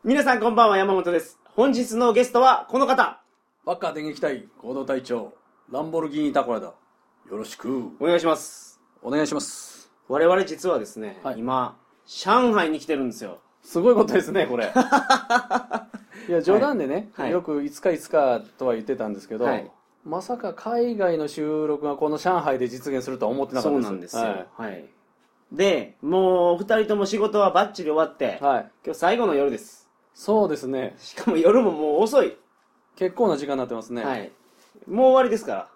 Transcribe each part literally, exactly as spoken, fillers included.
皆さんこんばんは、山本です。本日のゲストはこの方。 バッカー電撃隊合同隊長ランボルギーニタコラだ。よろしくお願いします。 お願いします。 我々実はですね、はい、今上海に来てるんですよ。 すごいことですねこれ。いや冗談でね、はい、よくいつかいつかとは言ってたんですけど、はい、まさか海外の収録がこの上海で実現するとは思ってなかったです。 そうなんですよ、はいはい、でもうふたりとも仕事はバッチリ終わって、はい、今日最後の夜です。 そうですね。 しかも夜ももう遅い。 結構な時間になってますね。 はい。もう終わりですから。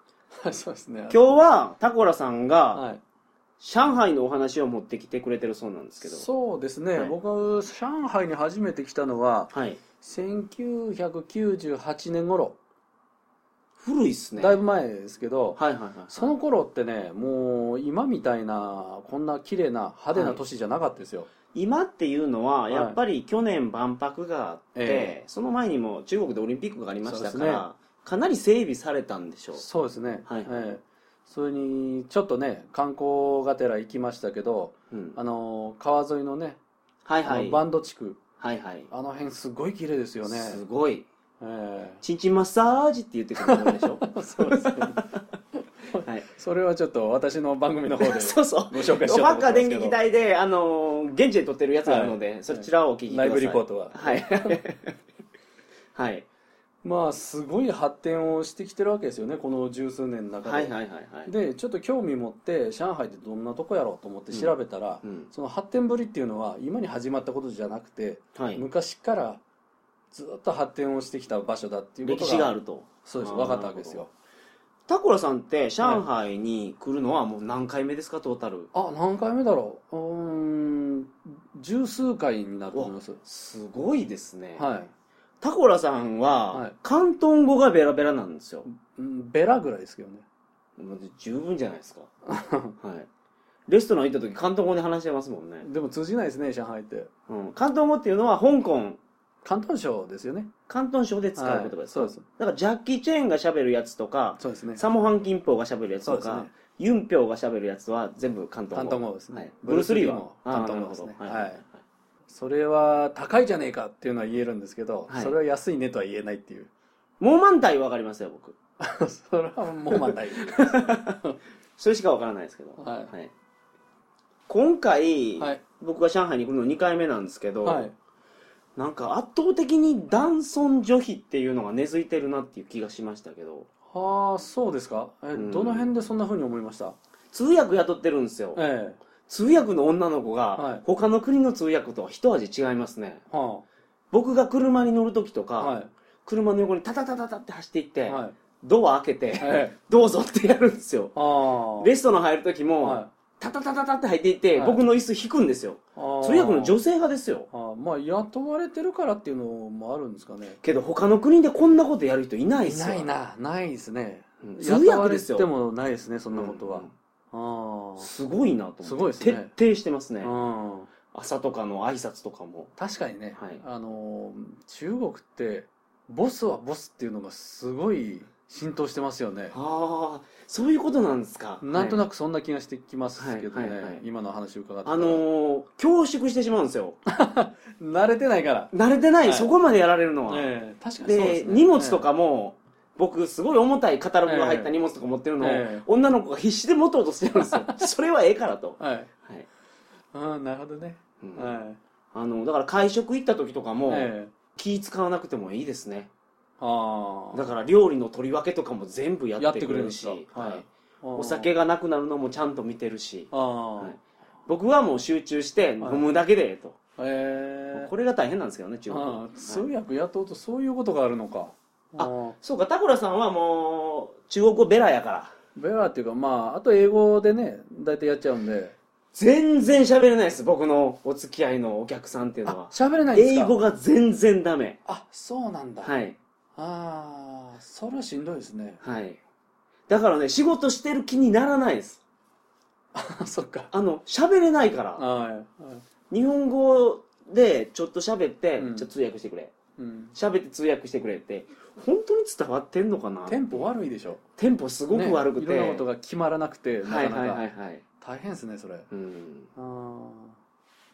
そうですね。 今日はタコラさんが、はい、上海のお話を持ってきてくれてるそうなんですけど。 そうですね。はい、僕は上海に初めて来たのは、はい、せんきゅうひゃくきゅうじゅうはちねん頃。 古いっすね。 だいぶ前ですけど、 はいはいはい、 その頃ってね、もう今みたいなこんな綺麗な派手な都市じゃなかったですよ。はい、 今っていうのはやっぱり去年万博があって、えー、その前にも中国でオリンピックがありましたから、ね、かなり整備されたんでしょう。 そうですね、はいはい、えー、それにちょっとね観光がてら行きましたけど、うん、あの川沿いのね、はいはい、バンド地区、はいはい、あの辺すごい綺麗ですよね。 すごい、えー、チンチンマッサージって言ってくれるでしょ。そうですね。 はい、それはちょっと私の番組の方でご紹介しそうそうようと思ってますけど、 バッカー電撃隊で、あのー、現地で撮ってるやつがあるので、はい、そちらをお聞きください。 ライブリポートははい、はい、 まあすごい発展をしてきてるわけですよね、この十数年の中で。はいはいはいはい、でちょっと興味持って上海ってどんなとこやろうと思って調べたら、うんうん、その発展ぶりっていうのは今に始まったことじゃなくて、はい、昔からずっと発展をしてきた場所だっていうことが歴史があると。 そうです、分かったわけですよ。 タコラさんって上海に来るのはもう何回目ですか、トータル。 あ、何回目だろう。うーん、十数回になると思います。 すごいですね。 はい。 タコラさんは広東語がベラベラなんですよ。 ベラぐらいですけどね。 十分じゃないですか。はい。レストラン行った時広東語で話してますもんね。 でも通じないですね、上海って。 うん、広東語っていうのは香港。 広東省ですよね。 広東省で使う言葉ですか、 はい、そうです。 だからジャッキー・チェーンが喋るやつとか、 そうですね、 サモハン・キンポーが喋るやつとか、ね、ユンピョウが喋るやつは全部広東語。 広東語ですね。はい、 ブルース・リーは広東語ですね。はいはい、それは高いじゃねえかっていうのは言えるんですけど、はい、それは安いねとは言えないっていう。 モーマンタイわかりますよ僕。 それはモーマンタイ。 それしかわからないですけど、はいはい、今回、はい、僕が上海に来るのにかいめなんですけど、はい、なんか圧倒的に男尊女卑っていうのが根付いてるなっていう気がしましたけど。 はあ、そうですか。え、うん、どの辺でそんな風に思いました？ 通訳雇ってるんですよ、ええ、通訳の女の子が、はい、他の国の通訳とは一味違いますね、はあ、僕が車に乗る時とか、はい、車の横にタタタタタって走っていって、はい、ドア開けて、はい、どうぞってやるんですよ、はあ、レストラン入る時も、はい、タタタタタって入っていって、はい、僕の椅子引くんですよ。通訳の女性派ですよ。 あ、まあ雇われてるからっていうのもあるんですかね。 けど他の国でこんなことやる人いないですよ。 いないな、ないですね、 うん、通訳ですよ。 でもないですね、そんなことは、 うんうん、あ、すごいなと思って。 すごいですね、 徹底してますね、うん、朝とかの挨拶とかも。 確かにね、はい、あの中国ってボスはボスっていうのがすごい浸透してますよね。 ああ、そういうことなんですか。 なんとなくそんな気がしてきますけどね、はいはいはいはい、今の話伺ってたら。 あのー、恐縮してしまうんですよ。 慣れてないから。 慣れてない、はい、そこまでやられるのは。 えー、確かにそうですね。 で、荷物とかも、えー、僕すごい重たいカタログが入った荷物とか持ってるのを、えー、女の子が必死で持とうとしてるんですよ。それはええからと。はい。はい、 ああ、なるほどね。うん、 はい。あの、だから会食行った時とかも、えー、気使わなくてもいいですね。あ、だから料理の取り分けとかも全部やってくれるし、はい、お酒がなくなるのもちゃんと見てるし、はい、僕はもう集中して飲むだけでと、はい、これが大変なんですけどね、中国は。 通訳雇うとそういうことがあるのか。 あ、そうか、タコラさんはもう中国語ベラやから。 ベラっていうか、まああと英語でね大体やっちゃうんで。 全然喋れないです、僕のお付き合いのお客さんっていうのは。 喋れないんですか？ 英語が全然ダメ。 あ、そうなんだ。 はい。 ああ、それはしんどいですね。 はい。だからね、仕事してる気にならないです。 あ、そっか。 あの、喋れないから。はい。はい、日本語でちょっと喋って、うん、ちょっと通訳してくれ。うん。喋って通訳してくれって、本当に伝わってんのかな？ テンポ悪いでしょ。 テンポすごく悪くて。 ね、いろんなことが決まらなくて、なかなか。 はいはいはいはい。 大変ですね、それ。うん。あ、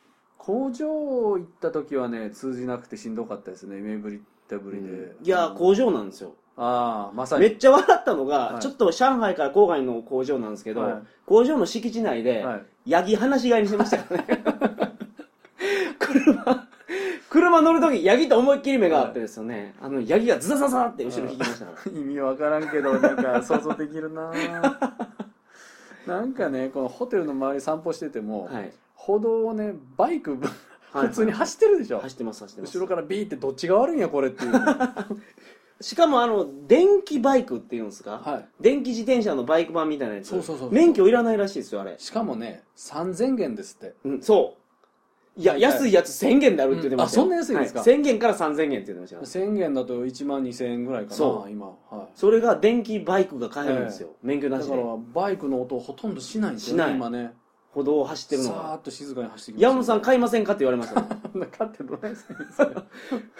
工場行った時はね通じなくてしんどかったですね、目ぶり手ぶりで、 うん、いや工場なんですよ。 ああ、まさに。 めっちゃ笑ったのが、はい、ちょっと上海から郊外の工場なんですけど、はい、工場の敷地内で、はい、ヤギ放し飼いにしてましたからね。車、車乗るとき、ヤギと思いっきり目があってですよね、はい、あの、ヤギがズザザザって後ろ引きましたから。 意味わからんけど、なんか想像できるななんかね、このホテルの周り散歩してても、はい、歩道をね、バイク、普通に走ってるでしょ、はいはい、 走ってます走ってます。 後ろからビーってどっちが悪いんやこれっていうしかもあの電気バイクっていうんですか、はい、電気自転車のバイク版みたいなやつ、そうそうそうそう、免許いらないらしいですよあれ。 しかもねさんぜんえんですって、 うん、そういや、はい、安いやつせんえんであるって言ってましたよ、 うん、あ、そんな安いですか、 はい、せんえんからさんぜんえんって言ってましたよ。 せんえんだといちまんにせんえんぐらいかな、そう今、はい、 それが電気バイクが買えるんですよ、えー、免許なしで。 だからバイクの音ほとんどしないんですよね今ね。 歩道を走ってるのがさーっと静かに走ってきます、 ね、山本さん買いませんかって言われました、ね、 買ってどないするんですか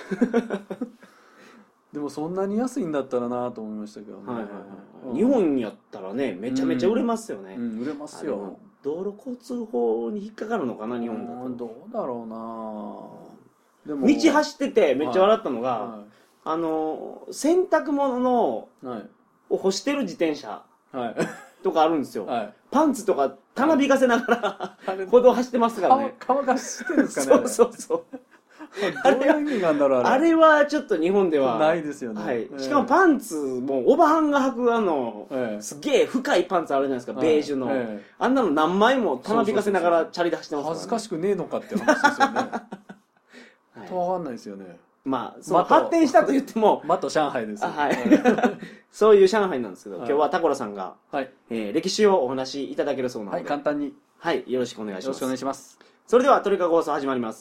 でもそんなに安いんだったらなと思いましたけどね、はいはいはいうん、日本やったらねめちゃめちゃ売れますよね、 うんうん、売れますよ。 道路交通法に引っかかるのかな日本だと。 どうだろうな。でも道走っててめっちゃ笑ったのが、はいはい、あの洗濯物の、はい、を干してる自転車、はいとかあるんですよ、はい、パンツとかたなびかせながら、はい、歩道走ってますからね。 乾かしてるんですかね。 そうそうそうどういう意味なんだろうあれ。 あれはちょっと日本ではないですよね、 はいえー、しかもパンツもおばはんが履くあの、えー、すげえ深いパンツあるじゃないですか、ベージュの、えー、あんなの何枚もたなびかせながらチャリで走ってますからね。 恥ずかしくねえのかって話ですよねはい、と分かんないですよね。 まあ、その発展したと言ってもまと上海です、 はい、そういう上海なんですけど、はい、今日はタコラさんが、はいえー、歴史をお話しいただけるそうなので、 はい、簡単に、 はい、よろしくお願いします。 よろしくお願いします。 それでは鳥かご放送始まります。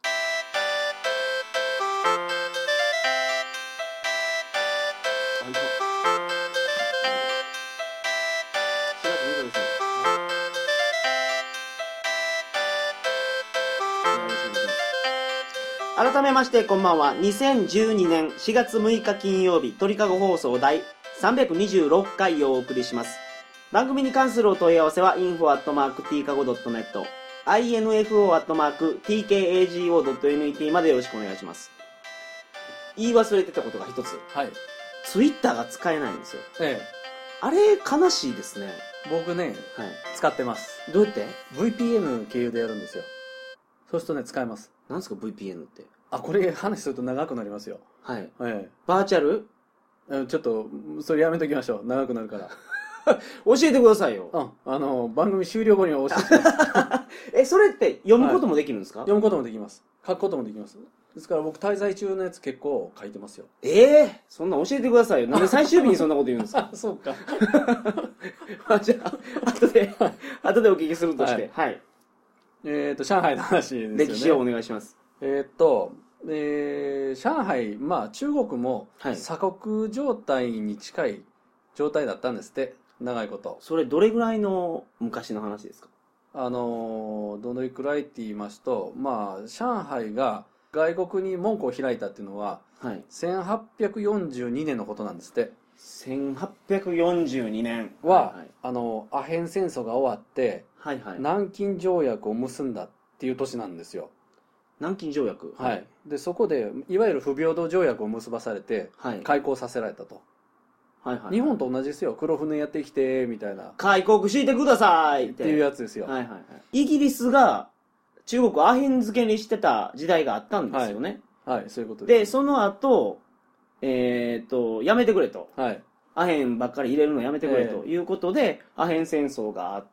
改めましてこんばんは。にせんじゅうにねんしがつむいか金曜日、鳥かご放送第さんびゃくにじゅうろっかいをお送りします。番組に関するお問い合わせは インフォ アットマーク ティーカゴ ドットネット インフォ アットマーク ティーケーエージーオー ドットネット までよろしくお願いします。言い忘れてたことが一つ、はい、ツイッターが使えないんですよ、ええ、あれ悲しいですね。 僕ね、はい、使ってます。 どうやって？ ブイピーエヌ 経由でやるんですよ。そうするとね使えます。 なんですか ブイピーエヌ って？ あ、これ話すると長くなりますよ。 はい。ええ、バーチャル？ ちょっとそれやめときましょう。長くなるから。 教えてくださいよ。 うん、あの番組終了後には教えてます。 え、それって読むこともできるんですか？ はい、読むこともできます。書くこともできます。ですから僕滞在中のやつ結構書いてますよ。 ええー、そんな教えてくださいよ。なんで最終日にそんなこと言うんですか？ そうか。 まあ、じゃあ後で後でお聞きするとして、はい。はい、 えっと上海の話ですよね。 歴史をお願いします。 えっと、えー、上海、まあ中国も鎖国状態に近い状態だったんですって、長いこと。 それどれぐらいの昔の話ですか？ あのどのくらいって言いますと、まあ上海が外国に門戸を開いたっていうのは、はい、せんはっぴゃくよんじゅうにねんのことなんですって。 せんはっぴゃくよんじゅうにねんは、はいはい、あのアヘン戦争が終わって、はいはい、南京条約を結んだっていう年なんですよ。 南京条約、 はい、でそこでいわゆる不平等条約を結ばされて、はい、開港させられたと、はいはいはい、日本と同じですよ。黒船やってきてみたいな、 開国してください っ, っていうやつですよ、 はいはいはい、イギリスが中国をアヘン漬けにしてた時代があったんですよね、 はい、はい、そういうことです。でその後、えー、っとやめてくれと、はい、アヘンばっかり入れるのやめてくれということで、えー、アヘン戦争があって、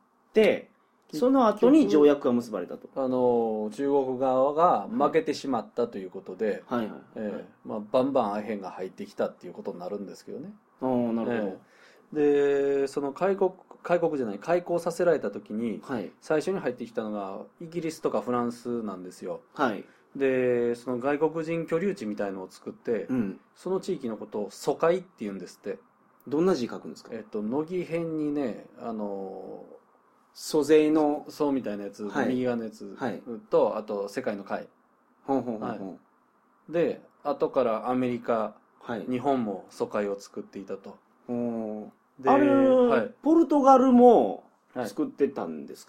その後に条約が結ばれたと。 あの中国側が負けてしまったということで、はいはいはい、えーまあ、バンバンアヘンが入ってきたっていうことになるんですけどね。 ああ、なるほど。 えー、でその開国開国じゃない開港させられた時に、はい、最初に入ってきたのがイギリスとかフランスなんですよ。はい、でその外国人居留地みたいのを作って、うん、その地域のことを疎開っていうんですって。 どんな字書くんですか？ えっと乃木編にね、あの租税のそうみたいなやつ、はい、右側のやつ、はい、とあと世界の会、ほんほんほんほん、はい、で後からアメリカ、はい、日本も疎開を作っていたと。 であれ、はい、ポルトガルも作ってたんですか？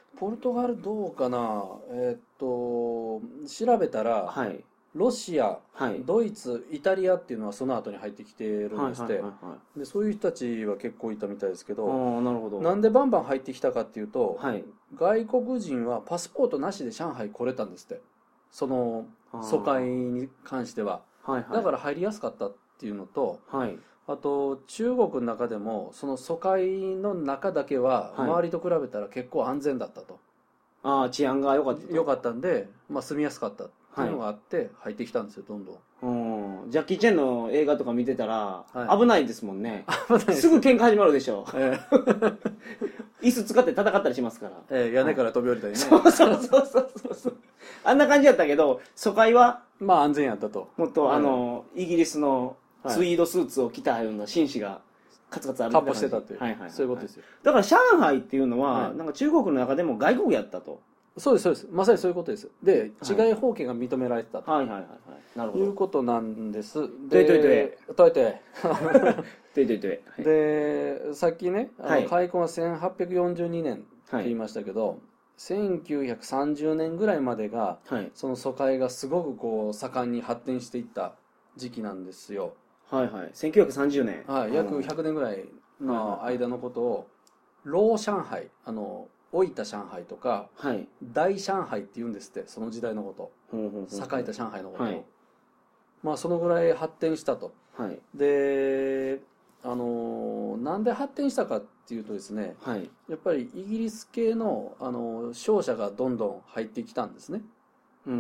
ポルトガルどうかな、えー、っと調べたら、はい、ロシア、はい、ドイツ、イタリアっていうのはその後に入ってきてるんですって、でそういう人たちは結構いたみたいですけど、なるほど、なんでバンバン入ってきたかっていうと、はい、外国人はパスポートなしで上海来れたんですって、その疎開に関しては、はいはい、だから入りやすかったっていうのと、はい、あと中国の中でもその疎開の中だけは周りと比べたら結構安全だったと、 はい、ああ治安が良かった良かったんで、まあ、住みやすかったっていうのがあって入ってきたんですよ、どんどん。うん、ジャッキー・チェンの映画とか見てたら、はい、危ないですもんね。危ないです。すぐ喧嘩始まるでしょ、えー、椅子使って戦ったりしますから、 えー、屋根から飛び降りたりね、 そうそうそうそうそうあんな感じだったけど、疎開はまあ安全やったと。 もっと、はい、あのイギリスのツイードスーツを着たような紳士がカツカツ歩いてたカッポしてたっていう、はいはいはいはい、そういうことですよ。 だから上海っていうのは、はい、なんか中国の中でも外国やったと。 そうですそうです、まさにそういうことです。で、違い法権が認められてたと、はい、はいはいはい、なるほど、いうことなんです。 で、といといといといといといといで、さっきね、あの、はい、開墾はせんはっぴゃくよんじゅうにねんって言いましたけど、はい、せんきゅうひゃくさんじゅうねんぐらいまでが、はい、その疎開がすごくこう盛んに発展していった時期なんですよ。 はいはい、せんきゅうひゃくさんじゅうねん、 はい、約ひゃくねんぐらいの間のことを、老上海、あの老いた上海とか、はい、大上海って言うんですって、その時代のこと、うんうんうん、栄えた上海のことを、はい、まあそのぐらい発展したと、はい、で、あのなんで発展したかっていうとですね、はい、やっぱりイギリス系の、あの商社がどんどん入ってきたんですね。うんうん、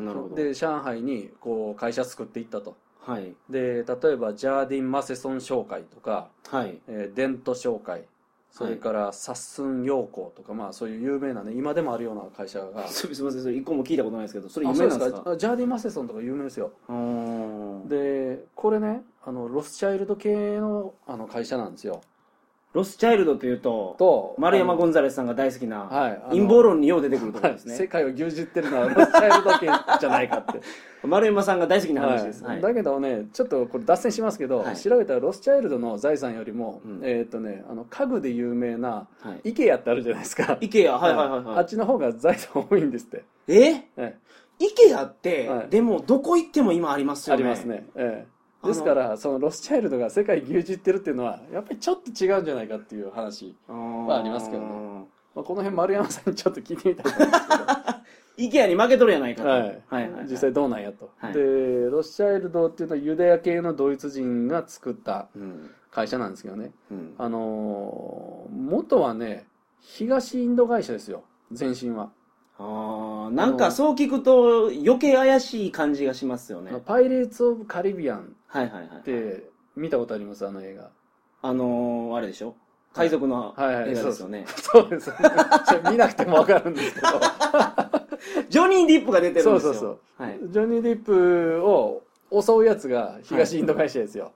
なるほど。で上海にこう会社作っていったと。はい、で例えばジャーディン・マセソン商会とか、はい、えー、デント商会、それからサッスン陽光とか、まあそういう有名なね、今でもあるような会社がすみません、それ一個も聞いたことないですけど、それ有名なんですか？ ジャーディン・マセソンとか有名ですよ。でこれね、あのロスチャイルド系 の, あの会社なんですよ。 ロスチャイルドというと、と丸山ゴンザレスさんが大好きな、はい、陰謀論によう出てくるところですね、 はい、世界を牛耳ってるのはロスチャイルド系じゃないかって丸山さんが大好きな話です、 はいはい、だけどね、ちょっとこれ脱線しますけど、はい、調べたらロスチャイルドの財産よりも、うん、えーっとね、あの家具で有名な、はい、イケアってあるじゃないですか。 イケア、はいはいはい、はい、 あっちの方が財産多いんですって。 え、はい、イケアって、はい、でもどこ行っても今ありますよね。 ありますね、ええ、ですからそのロスチャイルドが世界牛耳ってるっていうのはやっぱりちょっと違うんじゃないかっていう話はありますけどね、まあ、この辺丸山さんにちょっと聞いてみたいと思うんですけどイケアに負けとるやないかと、 はいはいはいはい、実際どうなんやと、はい、でロスチャイルドっていうのはユダヤ系のドイツ人が作った会社なんですけどね、うん、あのー、元はね東インド会社ですよ、前身は。 あ、なんかそう聞くと余計怪しい感じがしますよね。 パイレーツ・オブ・カリビアンって見たことあります？あの映画。 あのー、あれでしょ、海賊の映画ですよね。 そうです、見なくても分かるんですけどジョニー・ディップが出てるんですよ。そうそうそう、 はい、ジョニー・ディップを襲うやつが東インド会社ですよ、はい、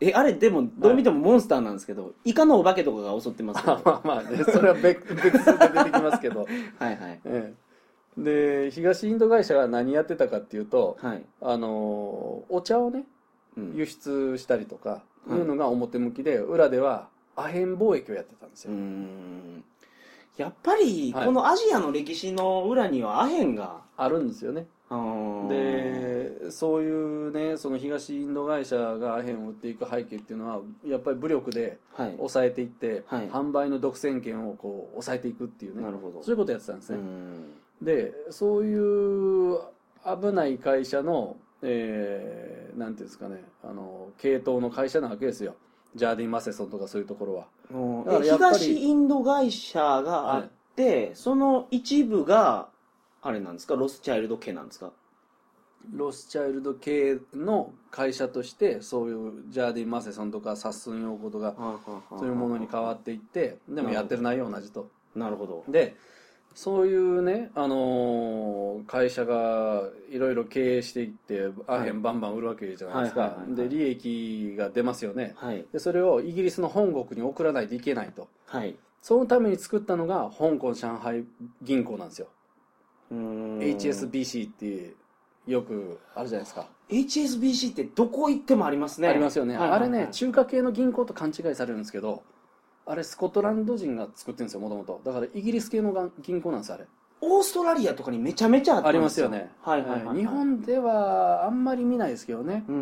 え、あれでもどう見てもモンスターなんですけど、はい、イカのお化けとかが襲ってますけどまあまあね、それは別で出てきますけどはいはい、ええ、で東インド会社が何やってたかっていうと、はい、あのお茶をね、うん、輸出したりとかいうのが表向きで、裏ではアヘン貿易をやってたんですよ。うーん、 やっぱりこのアジアの歴史の裏にはアヘンがあるんですよね。でそういうね、その東インド会社がアヘンを売っていく背景っていうのはやっぱり武力で抑えていって、はい、販売の独占権をこう抑えていくっていうね、なるほど、そういうことをやってたんですね。でそういう危ない会社の、えー、なんていうんですかね、あの系統の会社なわけですよ、ジャーディン・マセソンとかそういうところは。 だから東インド会社があって、はい、その一部があれなんですか、ロスチャイルド系なんですか？ ロスチャイルド系の会社としてそういうジャーディン・マセソンとかサッスン用語とかそういうものに変わっていって、でもやってる内容同じと。 なるほど。 でそういうね、あのー、会社がいろいろ経営していってアヘンバンバン売るわけじゃないですか。で利益が出ますよね、はい、でそれをイギリスの本国に送らないといけないと、はい、そのために作ったのが香港上海銀行なんですよ。うーん エイチエスビーシー ってよくあるじゃないですか。 エイチエスビーシー ってどこ行ってもありますね。 ありますよね、はいはいはい、あれね中華系の銀行と勘違いされるんですけど、 あれスコットランド人が作ってるんですよ、もともと。だからイギリス系の銀行なんですあれ。 オーストラリアとかにめちゃめちゃあったんですよ。 ありますよね。はいはいはい、はい、日本ではあんまり見ないですけどね。 うん。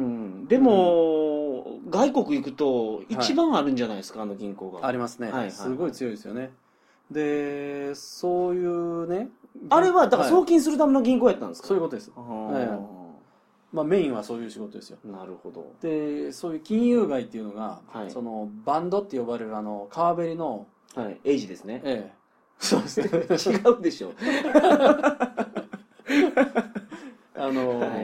でも、うん、外国行くと一番あるんじゃないですか、はい、あの銀行が。 ありますね、はいはいはい。すごい強いですよね。で、そういうね。 あれはだから送金するための銀行やったんですか？ そういうことです。はい、まあ、メインはそういう仕事ですよ。 なるほど。 で、そういう金融街っていうのが、はい、そのバンドって呼ばれるあの川べりの、 はい、エイジですね。 ええ。そうですね。 違うでしょ。 あの、はい、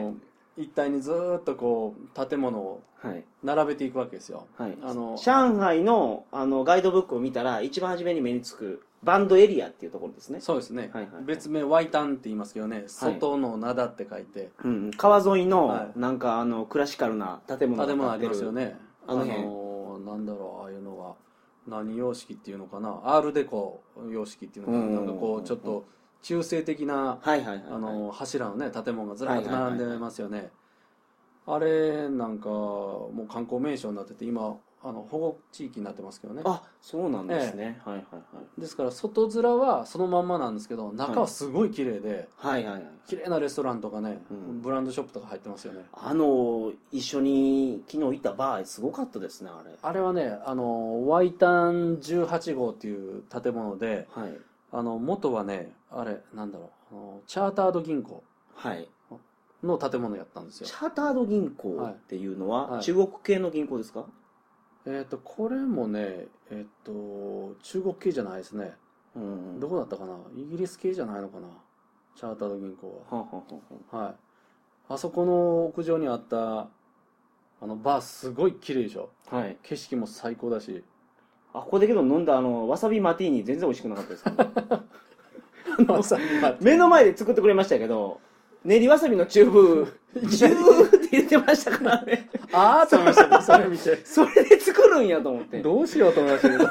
一帯にずーっとこう建物を並べていくわけですよ。 はい、あの上海のあのガイドブックを見たら一番初めに目につくバンドエリアっていうところですね。 そうですね。はいはいはい、別名ワイタンって言いますけどね、外の灘って書いて、 はい、うん、川沿いのなんかあのクラシカルな建物が建物ありますよね。 あの辺、 あのなんだろう、ああいうのは何様式っていうのかな、アールデコ様式っていうのかな、なんかこうちょっと中世的な柱のね建物がずらっと並んでますよね。あれなんかもう観光名所になってて、今あの保護地域になってますけどね。 あ、そうなんですね。ええ、はいはいはい。 ですから外面はそのまんまなんですけど、中はすごい綺麗で、 はいはいはい、 綺麗なレストランとかね、うん、ブランドショップとか入ってますよね。 あの一緒に昨日行ったバーすごかったですね、あれ。 あれはね、あのワイタンじゅうはち号っていう建物で、はい、あの元はね、あれなんだろう、あのチャータード銀行の建物やったんですよ。 チャータード銀行っていうのは、はい、中国系の銀行ですか？ えっとこれもね、えっと中国系じゃないですね。うん、どこだったかな、イギリス系じゃないのかな、チャータード銀行は。ははははい。あそこの屋上にあったあのバーすごい綺麗でしょ。はい。景色も最高だし。 あ、ここでけど飲んだあのわさびマティーニ全然美味しくなかったですけど。わさびマティーニ目の前で作ってくれましたけど、練りわさびのチューブジューって言ってましたからね。 ああと思いましたね、それ見て。 それで作るんやと思って。 どうしようと思いましたけど。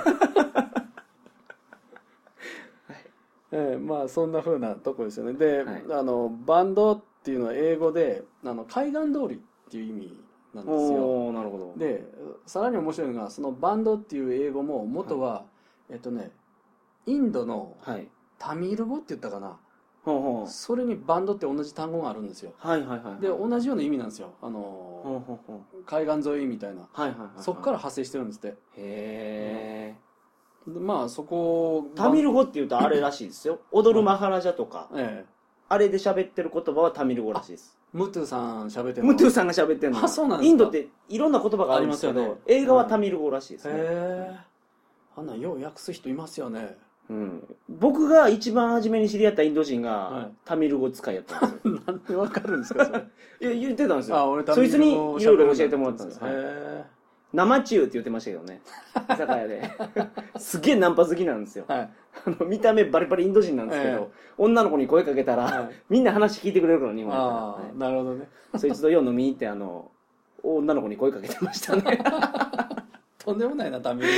ええ、まあそんな風なとこですよね。で、はい、あのバンドっていうのは英語であの海岸通りっていう意味なんですよ。 お、なるほど。 でさらに面白いのが、そのバンドっていう英語も元は、はい、えっとねインドのタミル語って言ったかな、ほうほう、それにバンドって同じ単語があるんですよ。はいはいはい、はい、で同じような意味なんですよ。あのほうほうほう、海岸沿いみたいな、はいはいはいはい、そこから派生してるんですって。へえ、うん、でまあそこタミル語っていうとあれらしいですよ。踊るマハラジャとか、ええ、あれで喋ってる言葉はタミル語らしいです。 ムトゥさん喋ってるのムトゥさんが喋ってるの。 あ、そうなんですか。 インドっていろんな言葉がありますけど、ね、映画はタミル語らしいですね。へえ、 あんなんよう訳す人いますよね。 うん、僕が一番初めに知り合ったインド人が、はい、タミル語使いやったんですよ。 なんでわかるんですかそれ。 いや言ってたんですよ。あ、俺タミル語そいつにいろいろ教えてもらったんです。へえ。生中って言ってましたけどね、居酒屋で。すげえナンパ好きなんですよ。はい、あの見た目バリバリインド人なんですけど、えー、女の子に声かけたら、はい、みんな話聞いてくれるから日本で。あ、 はい、なるほどね。 そいつとよう飲みに行ってあの女の子に声かけてましたね。 とんでもないなタミル語。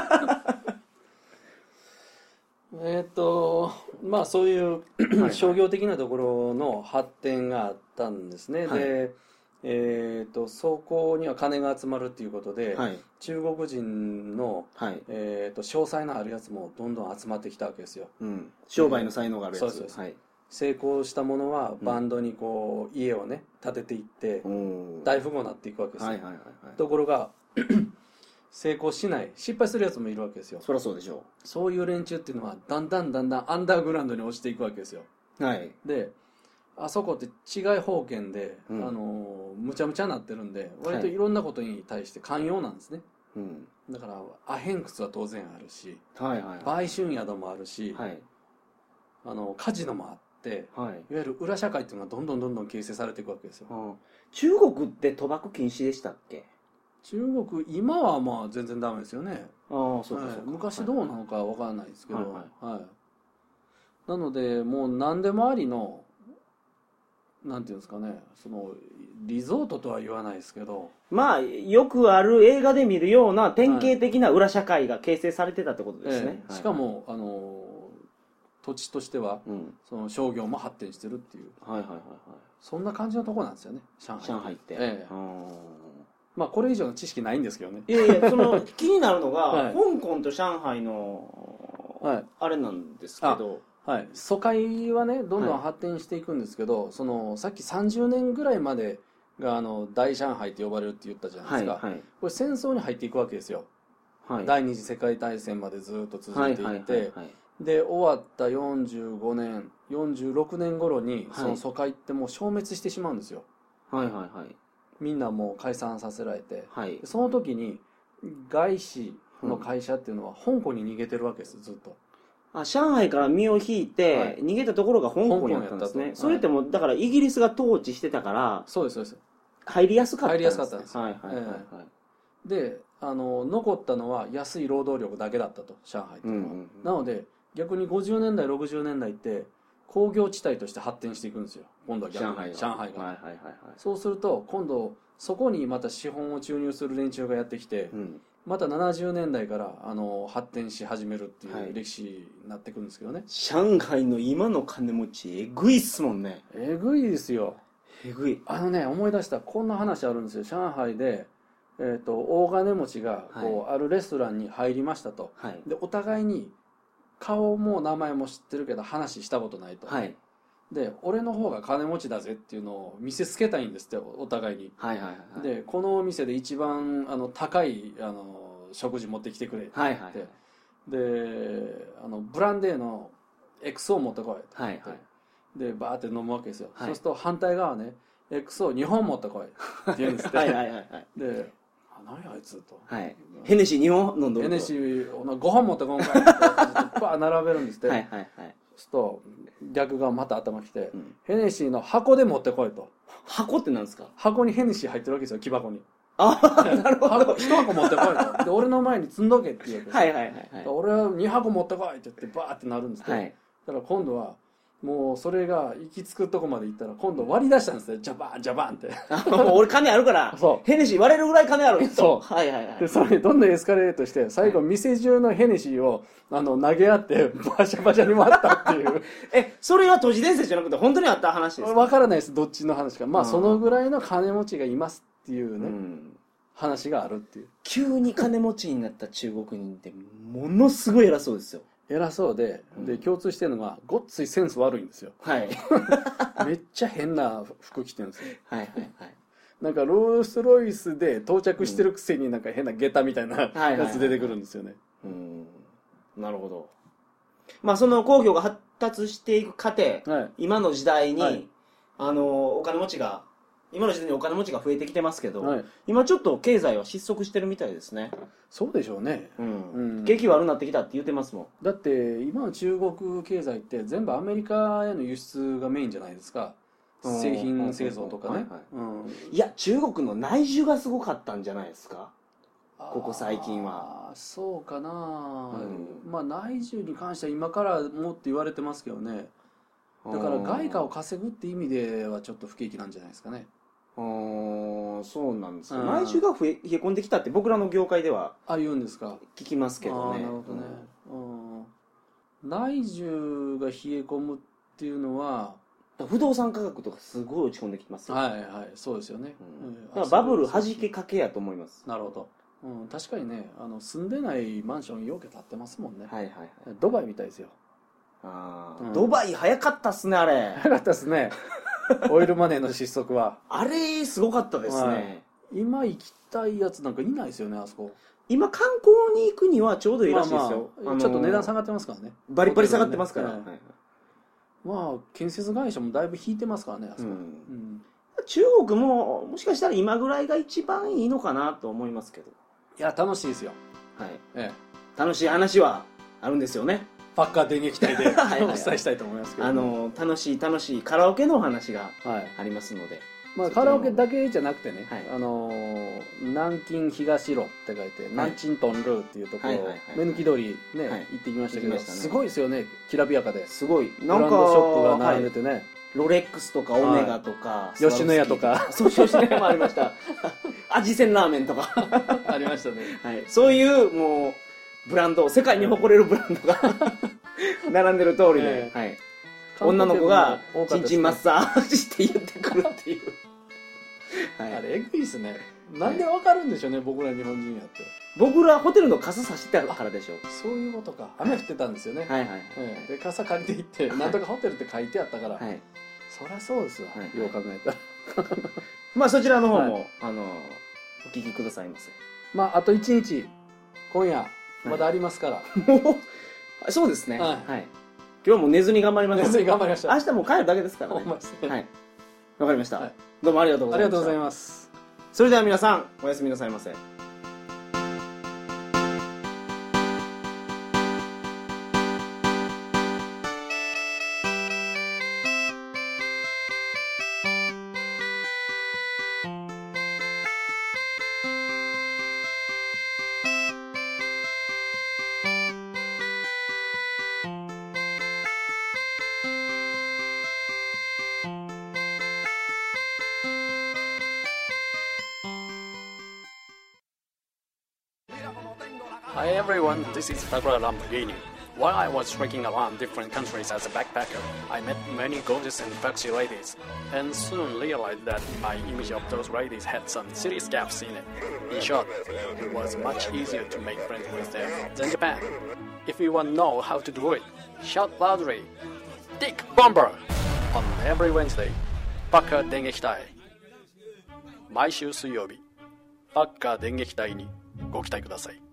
えっとまあそういう商業的なところの発展があったんですね。はい、でえー、とそこには金が集まるっていうことで、はい、中国人の、はい、えー、と詳細のあるやつもどんどん集まってきたわけですよ。 うん、商売の才能があるやつ、えー、そうです、 はい、成功したものはバンドにこう、うん、家をね建てていって大富豪になっていくわけですよ。はいはいはいはい、ところが成功しない失敗するやつもいるわけですよ。 そりゃそうでしょう。そういう連中っていうのはだんだんだんだんアンダーグラウンドに落ちていくわけですよ。はい、であそこって治外法権で、うん、あのむちゃむちゃになってるんで割といろんなことに対して寛容なんですね。はい、だからアヘン窟は当然あるし、はいはいはい、売春宿もあるし、はい、あのカジノもあって、はい、いわゆる裏社会っていうのがどんどんどんどん形成されていくわけですよ。うん、 中国って賭博禁止でしたっけ？ 中国今はまあ全然ダメですよね。ああ、そうかそうか、はい、昔どうなのかわからないですけど、はいはいはい、なのでもう何でもありのなんていうんですかね、そのリゾートとは言わないですけど、 まあよくある映画で見るような典型的な裏社会が形成されてたってことですね。はい、 ええ、しかもあの土地としては、うん、その商業も発展してるっていう、はいはいはいはい、そんな感じのところなんですよね、上海。 上海って。ええ、 まあこれ以上の知識ないんですけどね。 いやいや、その気になるのが、はい、香港と上海の、はい、あれなんですけど、 はい、疎開はねどんどん発展していくんですけど、はい、そのさっきさんじゅうねんぐらいまでがあの大上海って呼ばれるって言ったじゃないですか、はいはい、これ戦争に入っていくわけですよ、はい、第二次世界大戦までずっと続いていて、で終わったよんじゅうごねんよんじゅうろくねん頃にその疎開ってもう消滅してしまうんですよ、はいはいはい、みんなもう解散させられて、はい、その時に外資の会社っていうのは香港に逃げてるわけです、ずっと。 あ、上海から身を引いて、はい、逃げたところが香港にあったんですね。それってもうだからイギリスが統治してたから、 そうですそうです。 入りやすかったんです。 入りやすかったんです。はいはいはい、はいえー、で、あの残ったのは安い労働力だけだったと、上海っていうのは、うんうんうん、なので逆にごじゅうねんだいろくじゅうねんだいって工業地帯として発展していくんですよ、今度は逆に上海が。上海が、はいはいはいはい、そうすると今度そこにまた資本を注入する連中がやってきて、うん、またななじゅうねんだいからあの発展し始めるっていう歴史になってくるんですけどね、はい、 上海の今の金持ちえぐいっすもんね。 えぐいですよ。 えぐい。 あのね、思い出したこんな話あるんですよ。上海で、えーと、大金持ちがこう、はい、あるレストランに入りましたと、はい、でお互いに顔も名前も知ってるけど話したことないと、はい、で俺の方が金持ちだぜっていうのを見せつけたいんですってお互いに、はいはいはい、でこの店で一番あの高いあの食事持ってきてくれって、はいはいはい、であのブランデーのエクソを持ってこいって、はいはい、でバーって飲むわけですよ、はい、そうすると反対側ねエクソをにほん持ってこいって言うんですってはいはいはい、はい、で何あいつと、はい、 ヘネシーにほん飲んどると、 ヘネシーごほん持ってこんかいってバー並べるんですってはいはいはい、そうすると逆側また頭きて、うん、ヘネシーの箱で持ってこいと。 箱ってなんですか？ 箱にヘネシー入ってるわけですよ、木箱に。 ああ、なるほど。 一箱持ってこいと。で俺の前に積んどけって言うわけです。 はいはいはい、はい、 俺はに箱持ってこいって言ってバーってなるんですけど、はい、だから今度はもうそれが行き着くとこまで行ったら今度割り出したんですね、ジャバーンジャバーンって俺金あるからそうヘネシー割れるぐらい金あるそうはいはいはいでそれどんどんエスカレートして最後店中のヘネシーをあの投げ合ってバシャバシャに割ったっていうえそれは都市伝説じゃなくて本当にあった話ですか？ 分からないです、どっちの話か。まあそのぐらいの金持ちがいますっていうね、うん、話があるっていう。 急に金持ちになった中国人ってものすごい偉そうですよ。 偉そうで、で共通してるのがごっついセンス悪いんですよ。はいめっちゃ変な服着てるんですよ。はいはいはい。なんかロールスロイスで到着してるくせになんか変な下駄みたいなやつ出てくるんですよね。 うん。なるほど。まあその工業が発達していく過程、はい、今の時代に、はい、あのお金持ちが今の時代にお金持ちが増えてきてますけど、はい、今ちょっと経済は失速してるみたいですね。 そうでしょうね、 うんうん、景気悪くなってきたって言ってますもん。 だって今の中国経済って全部アメリカへの輸出がメインじゃないですか。製品製造とかね、 いや中国の内需がすごかったんじゃないですか、ここ最近は。 あそうかな、うん、まあ内需に関しては今からもって言われてますけどね。だから外貨を稼ぐって意味ではちょっと不景気なんじゃないですかね。 ああそうなんですか、うん、内需が増え冷え込んできたって僕らの業界ではあ言うんですか、 聞きますけどね。 なるほどね、うん、内需が冷え込むっていうのは不動産価格とかすごい落ち込んできますよ。 はいはいそうですよね、 うん、だからバブル弾けかけやと思います。 なるほど、うん、確かにねあの住んでないマンションようけ建ってますもんね。はいはいはい、ドバイみたいですよ。 あ、うん、ドバイ早かったっすねあれ。 早かったっすねオイルマネーの失速はあれすごかったですね、はい、 今行きたいやつなんかいないですよねあそこ。 今観光に行くにはちょうどいいらしいですよ、 まあまあ、ちょっと値段下がってますからね。 バリバリ下がってますから、ね、はいはい、 まあ建設会社もだいぶ引いてますからねあそこ、うんうん、 中国ももしかしたら今ぐらいが一番いいのかなと思いますけど。 いや楽しいですよ、 はい、ええ、楽しい話はあるんですよね。 パッカー電撃隊でお伝えしたいと思いますけど、 あの楽しい楽しいカラオケのお話がありますので、はい、 まあ、カラオケだけじゃなくてね、はい、あの南京東路って書いて、はい、南京トンルーっていうところ、はいはいはい、目抜き通りね、はい、行ってきましたけど、ね、すごいですよね、きらびやかで。 すごいなんかブランドショップが並んでてね、はい、 ロレックスとかオメガとか、はい、吉野家とか、 そう吉野家もありました味仙ラーメンとかありましたね、 はい、そういうもうブランド、世界に誇れるブランドが並んでる通りで、えーはい、女の子がチンチンマッサージって言ってくるっていうはい、あれエグいっすね。なんでわかるんでしょうね、はい、僕ら日本人やって。 僕らホテルの傘差してたからでしょ。 そういうことか。雨降ってたんですよね。はいはい、はい、で傘借りていって、はい、なんとかホテルって書いてあったから、はい、そりゃそうですわ、はい、よう考えたらまあそちらの方も、はい、あのお聞きくださいませ。 まああといちにち今夜まだありますから、はい、 そうですね、はい、はい、今日も寝ずに頑張りました。 寝ずに頑張りました。 明日も帰るだけですからね。はい、わかりました、はい、どうもありがとうございました。 ありがとうございます。 それでは皆さんおやすみなさいませ。 Hi everyone, this is Sakura Lamborghini. While I was trekking around different countries as a backpacker, I met many gorgeous and foxy ladies, and soon realized that my image of those ladies had some serious gaps in it. In short, it was much easier to make friends with them than Japan. If you want to know how to do it, shout loudly, Dick Bomber! On every Wednesday, バカ電撃隊。毎週水曜日、バカ電撃隊にご期待ください。